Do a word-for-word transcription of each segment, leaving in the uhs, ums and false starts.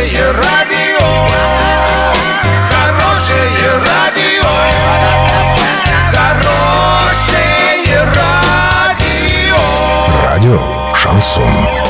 Хорошее радио, хорошее радио, хорошее радио. Радио Шансон.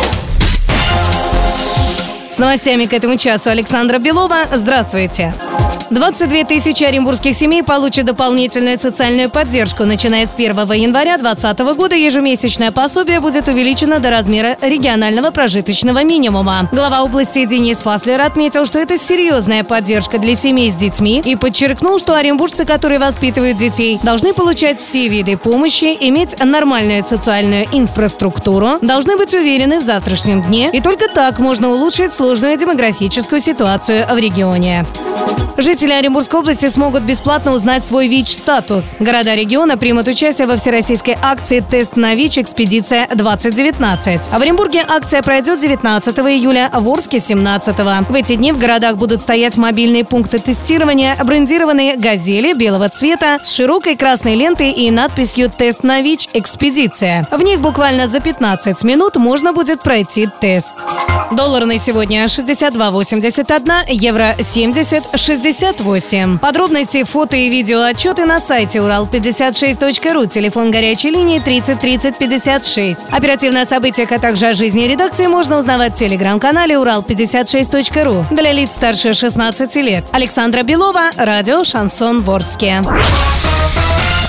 С новостями к этому часу Александра Белова. Здравствуйте. двадцать две тысячи оренбургских семей получат дополнительную социальную поддержку. Начиная с первого января две тысячи двадцатого года ежемесячное пособие будет увеличено до размера регионального прожиточного минимума. Глава области Денис Фаслер отметил, что это серьезная поддержка для семей с детьми и подчеркнул, что оренбуржцы, которые воспитывают детей, должны получать все виды помощи, иметь нормальную социальную инфраструктуру, должны быть уверены в завтрашнем дне, и только так можно улучшить сложную демографическую ситуацию в регионе. Жители Оренбургской области смогут бесплатно узнать свой ВИЧ-статус. Города региона примут участие во всероссийской акции «Тест на ВИЧ. Экспедиция-двадцать девятнадцать». В Оренбурге акция пройдет девятнадцатого июля, в Орске – семнадцатого. В эти дни в городах будут стоять мобильные пункты тестирования, брендированные «Газели» белого цвета с широкой красной лентой и надписью «Тест на ВИЧ. Экспедиция». В них буквально за пятнадцать минут можно будет пройти тест. Доллар на сегодня шестьдесят два восемьдесят один, евро семьдесят шестьдесят восемь. Подробности, фото и видео отчеты на сайте урал пятьдесят шесть точка ру, телефон горячей линии тридцать тридцать пятьдесят шесть. Оперативно о событиях, а также о жизни редакции можно узнавать в телеграм-канале урал пятьдесят шесть точка ру для лиц старше шестнадцати лет. Александра Белова, радио «Шансон» в Орске.